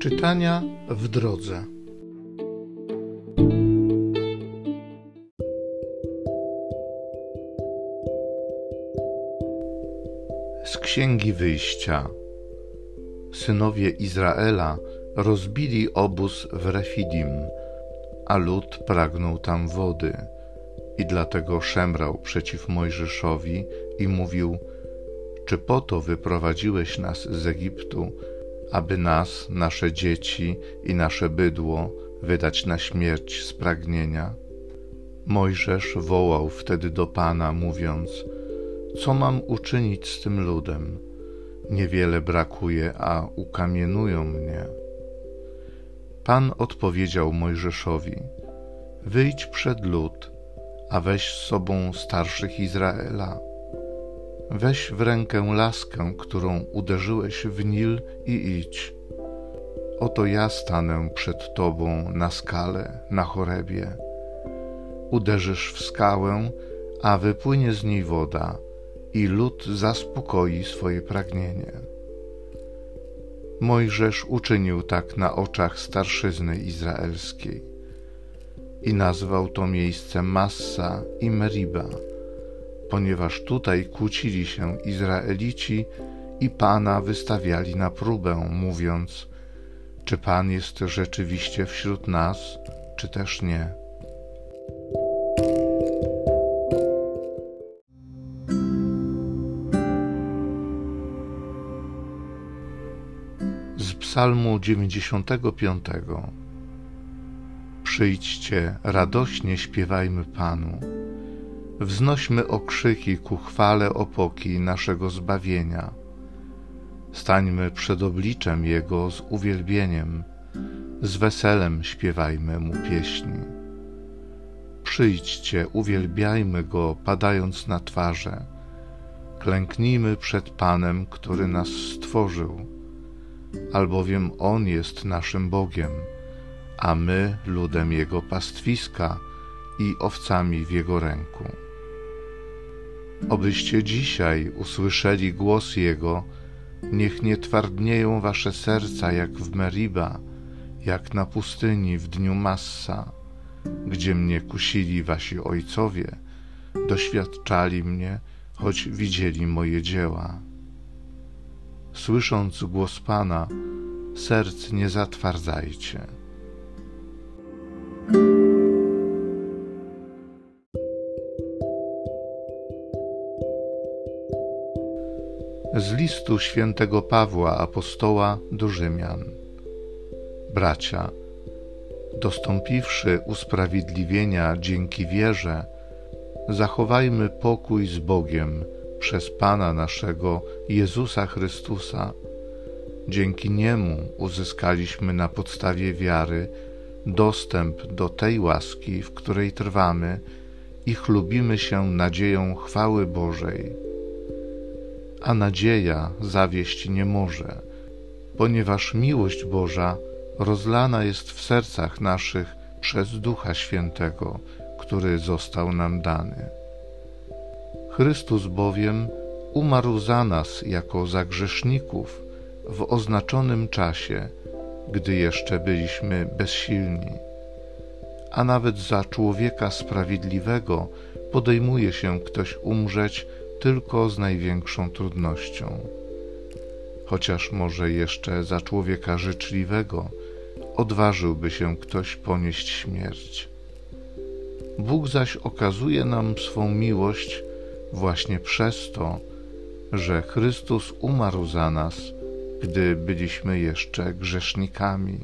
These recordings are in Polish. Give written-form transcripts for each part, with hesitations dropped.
Czytania w drodze. Z Księgi Wyjścia. Synowie Izraela rozbili obóz w Refidim, a lud pragnął tam wody i dlatego szemrał przeciw Mojżeszowi i mówił: czy po to wyprowadziłeś nas z Egiptu, aby nas, nasze dzieci i nasze bydło wydać na śmierć z pragnienia? Mojżesz wołał wtedy do Pana, mówiąc: co mam uczynić z tym ludem? Niewiele brakuje, a ukamienują mnie. Pan odpowiedział Mojżeszowi: wyjdź przed lud, a weź z sobą starszych Izraela. Weź w rękę laskę, którą uderzyłeś w Nil, i idź. Oto ja stanę przed tobą na skale, na Chorebie. Uderzysz w skałę, a wypłynie z niej woda, i lud zaspokoi swoje pragnienie. Mojżesz uczynił tak na oczach starszyzny izraelskiej i nazwał to miejsce Massa i Meriba, ponieważ tutaj kłócili się Izraelici i Pana wystawiali na próbę, mówiąc: czy Pan jest rzeczywiście wśród nas, czy też nie? Z Psalmu 95. Przyjdźcie, radośnie śpiewajmy Panu. Wznośmy okrzyki ku chwale opoki naszego zbawienia. Stańmy przed obliczem Jego z uwielbieniem, z weselem śpiewajmy Mu pieśni. Przyjdźcie, uwielbiajmy Go, padając na twarze. Klęknijmy przed Panem, który nas stworzył, albowiem On jest naszym Bogiem, a my ludem Jego pastwiska i owcami w Jego ręku. Obyście dzisiaj usłyszeli głos Jego, niech nie twardnieją wasze serca jak w Meriba, jak na pustyni w dniu Massa, gdzie mnie kusili wasi ojcowie, doświadczali mnie, choć widzieli moje dzieła. Słysząc głos Pana, serc nie zatwardzajcie. Z listu świętego Pawła apostoła do Rzymian. Bracia, dostąpiwszy usprawiedliwienia dzięki wierze, zachowajmy pokój z Bogiem przez Pana naszego Jezusa Chrystusa. Dzięki Niemu uzyskaliśmy na podstawie wiary dostęp do tej łaski, w której trwamy i chlubimy się nadzieją chwały Bożej. A nadzieja zawieść nie może, ponieważ miłość Boża rozlana jest w sercach naszych przez Ducha Świętego, który został nam dany. Chrystus bowiem umarł za nas jako za grzeszników w oznaczonym czasie, gdy jeszcze byliśmy bezsilni. A nawet za człowieka sprawiedliwego podejmuje się ktoś umrzeć tylko z największą trudnością. Chociaż może jeszcze za człowieka życzliwego odważyłby się ktoś ponieść śmierć. Bóg zaś okazuje nam swą miłość właśnie przez to, że Chrystus umarł za nas, gdy byliśmy jeszcze grzesznikami.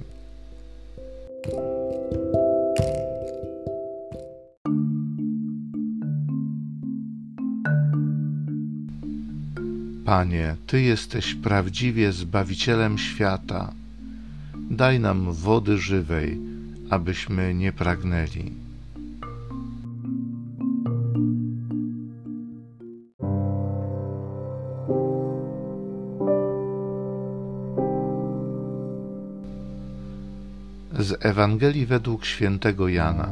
Panie, Ty jesteś prawdziwie Zbawicielem świata. Daj nam wody żywej, abyśmy nie pragnęli. Z Ewangelii według świętego Jana.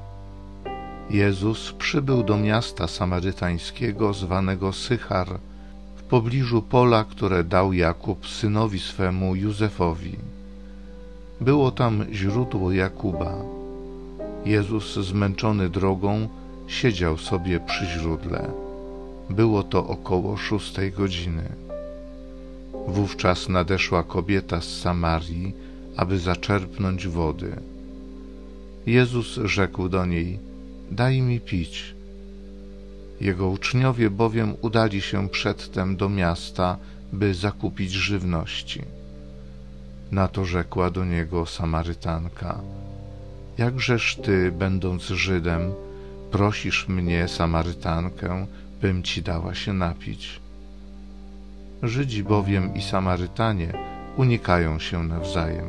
Jezus przybył do miasta samarytańskiego zwanego Sychar, w pobliżu pola, które dał Jakub synowi swemu Józefowi. Było tam źródło Jakuba. Jezus, zmęczony drogą, siedział sobie przy źródle. Było to około 6 godziny. Wówczas nadeszła kobieta z Samarii, aby zaczerpnąć wody. Jezus rzekł do niej: daj mi pić. Jego uczniowie bowiem udali się przedtem do miasta, by zakupić żywności. Na to rzekła do niego Samarytanka: jakżeż ty, będąc Żydem, prosisz mnie, Samarytankę, bym ci dała się napić? Żydzi bowiem i Samarytanie unikają się nawzajem.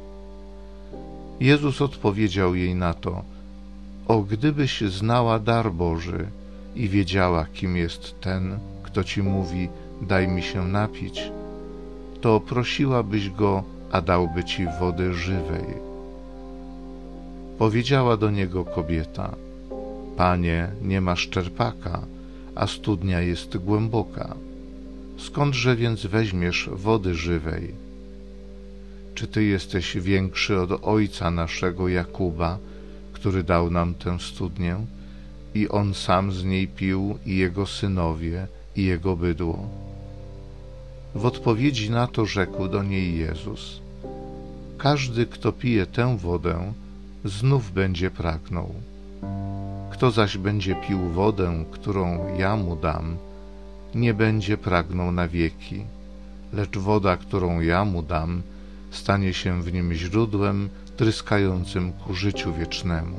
Jezus odpowiedział jej na to: o, gdybyś znała dar Boży i wiedziała, kim jest ten, kto ci mówi: daj mi się napić, to prosiłabyś go, a dałby ci wody żywej. Powiedziała do niego kobieta: Panie, nie masz czerpaka, a studnia jest głęboka. Skądże więc weźmiesz wody żywej? Czy ty jesteś większy od ojca naszego Jakuba, który dał nam tę studnię, i on sam z niej pił, i jego synowie, i jego bydło? W odpowiedzi na to rzekł do niej Jezus: każdy, kto pije tę wodę, znów będzie pragnął. Kto zaś będzie pił wodę, którą ja mu dam, nie będzie pragnął na wieki, lecz woda, którą ja mu dam, stanie się w nim źródłem tryskającym ku życiu wiecznemu.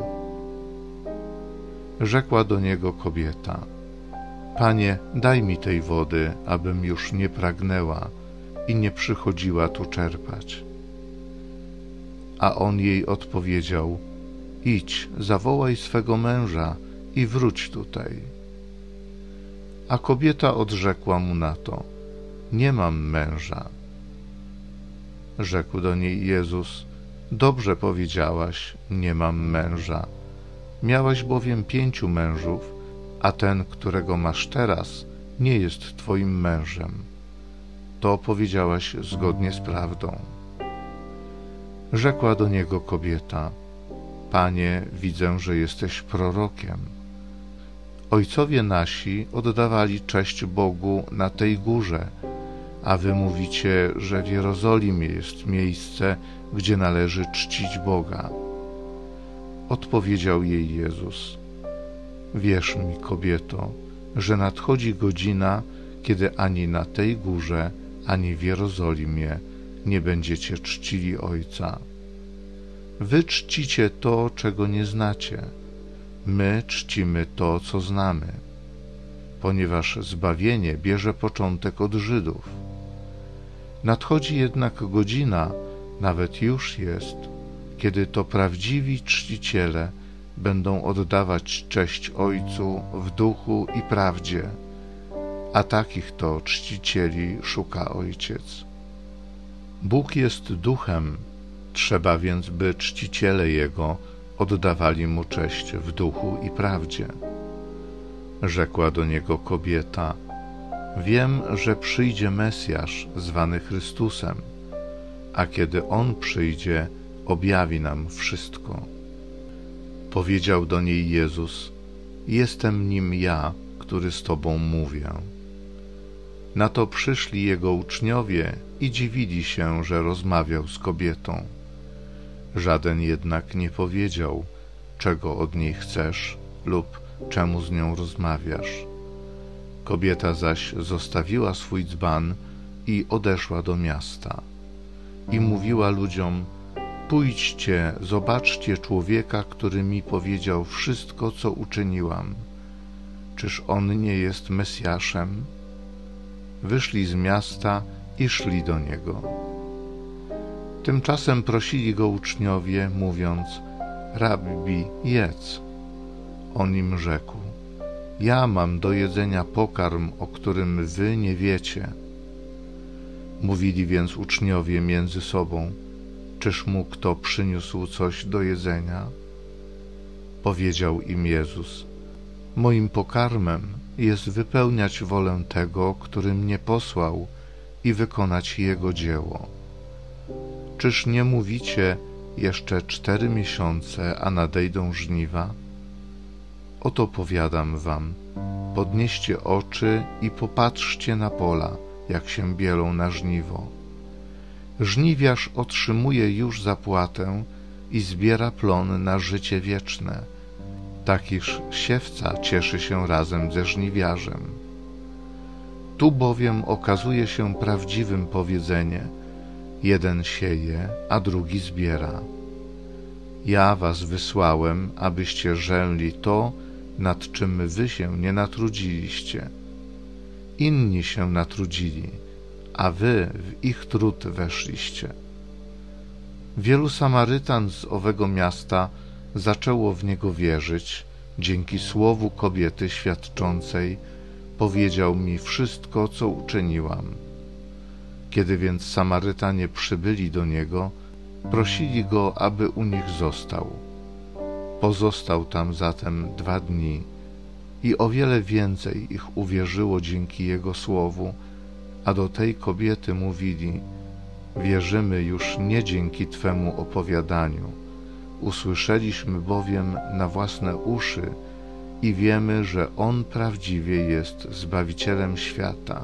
Rzekła do niego kobieta: Panie, daj mi tej wody, abym już nie pragnęła i nie przychodziła tu czerpać. A on jej odpowiedział: idź, zawołaj swego męża i wróć tutaj. A kobieta odrzekła mu na to: nie mam męża. Rzekł do niej Jezus: dobrze powiedziałaś, nie mam męża. Miałaś bowiem 5 mężów, a ten, którego masz teraz, nie jest twoim mężem. To powiedziałaś zgodnie z prawdą. Rzekła do niego kobieta: Panie, widzę, że jesteś prorokiem. Ojcowie nasi oddawali cześć Bogu na tej górze, a wy mówicie, że w Jerozolimie jest miejsce, gdzie należy czcić Boga. Odpowiedział jej Jezus: wierz mi, kobieto, że nadchodzi godzina, kiedy ani na tej górze, ani w Jerozolimie nie będziecie czcili Ojca. Wy czcicie to, czego nie znacie. My czcimy to, co znamy, ponieważ zbawienie bierze początek od Żydów. Nadchodzi jednak godzina, nawet już jest, kiedy to prawdziwi czciciele będą oddawać cześć Ojcu w duchu i prawdzie, a takich to czcicieli szuka Ojciec. Bóg jest duchem, trzeba więc, by czciciele Jego oddawali Mu cześć w duchu i prawdzie. Rzekła do niego kobieta: wiem, że przyjdzie Mesjasz, zwany Chrystusem, a kiedy On przyjdzie, objawi nam wszystko. Powiedział do niej Jezus: jestem nim ja, który z tobą mówię. Na to przyszli Jego uczniowie i dziwili się, że rozmawiał z kobietą. Żaden jednak nie powiedział, czego od niej chcesz lub czemu z nią rozmawiasz. Kobieta zaś zostawiła swój dzban i odeszła do miasta. I mówiła ludziom: pójdźcie, zobaczcie człowieka, który mi powiedział wszystko, co uczyniłam. Czyż on nie jest Mesjaszem? Wyszli z miasta i szli do niego. Tymczasem prosili go uczniowie, mówiąc: Rabbi, jedz. On im rzekł: ja mam do jedzenia pokarm, o którym wy nie wiecie. Mówili więc uczniowie między sobą: czyż mu kto przyniósł coś do jedzenia? Powiedział im Jezus: moim pokarmem jest wypełniać wolę tego, który mnie posłał, i wykonać Jego dzieło. Czyż nie mówicie, jeszcze 4 miesiące, a nadejdą żniwa? Oto powiadam wam, podnieście oczy i popatrzcie na pola, jak się bielą na żniwo. Żniwiarz otrzymuje już zapłatę i zbiera plon na życie wieczne, takiż siewca cieszy się razem ze żniwiarzem. Tu bowiem okazuje się prawdziwym powiedzenie: jeden sieje, a drugi zbiera. Ja was wysłałem, abyście żęli to, nad czym wy się nie natrudziliście. Inni się natrudzili, a wy w ich trud weszliście. Wielu Samarytan z owego miasta zaczęło w niego wierzyć. Dzięki słowu kobiety świadczącej powiedział mi wszystko, co uczyniłam. Kiedy więc Samarytanie przybyli do niego, prosili go, aby u nich został. Pozostał tam zatem 2 dni i o wiele więcej ich uwierzyło dzięki jego słowu, a do tej kobiety mówili: wierzymy już nie dzięki Twemu opowiadaniu, usłyszeliśmy bowiem na własne uszy i wiemy, że On prawdziwie jest Zbawicielem świata.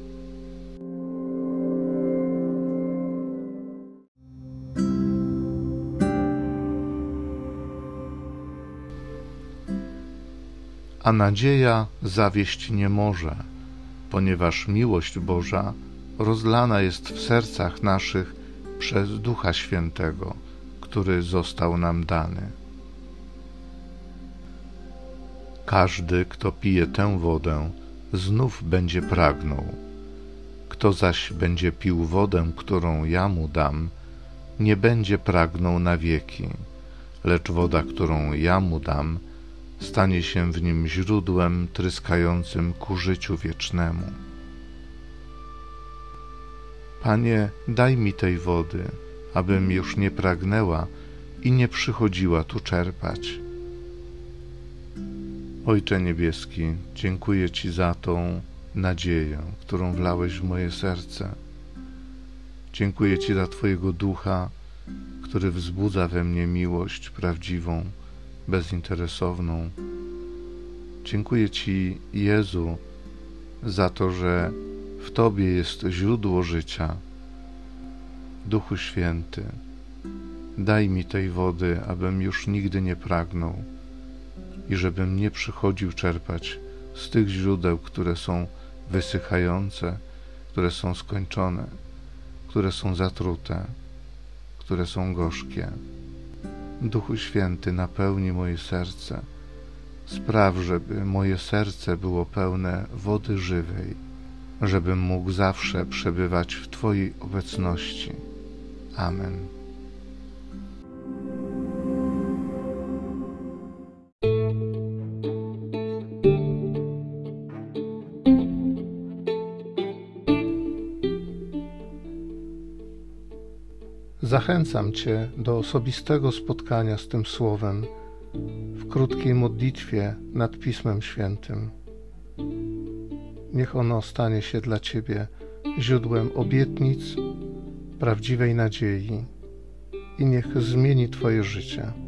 A nadzieja zawieść nie może, ponieważ miłość Boża rozlana jest w sercach naszych przez Ducha Świętego, który został nam dany. Każdy, kto pije tę wodę, znów będzie pragnął. Kto zaś będzie pił wodę, którą ja mu dam, nie będzie pragnął na wieki, lecz woda, którą ja mu dam, stanie się w nim źródłem tryskającym ku życiu wiecznemu. Panie, daj mi tej wody, abym już nie pragnęła i nie przychodziła tu czerpać. Ojcze Niebieski, dziękuję Ci za tą nadzieję, którą wlałeś w moje serce. Dziękuję Ci za Twojego Ducha, który wzbudza we mnie miłość prawdziwą, bezinteresowną. Dziękuję Ci, Jezu, za to, że w Tobie jest źródło życia. Duchu Święty, daj mi tej wody, abym już nigdy nie pragnął i żebym nie przychodził czerpać z tych źródeł, które są wysychające, które są skończone, które są zatrute, które są gorzkie. Duchu Święty, napełnij moje serce. Spraw, żeby moje serce było pełne wody żywej, żebym mógł zawsze przebywać w Twojej obecności. Amen. Zachęcam Cię do osobistego spotkania z tym Słowem w krótkiej modlitwie nad Pismem Świętym. Niech ono stanie się dla Ciebie źródłem obietnic, prawdziwej nadziei i niech zmieni Twoje życie.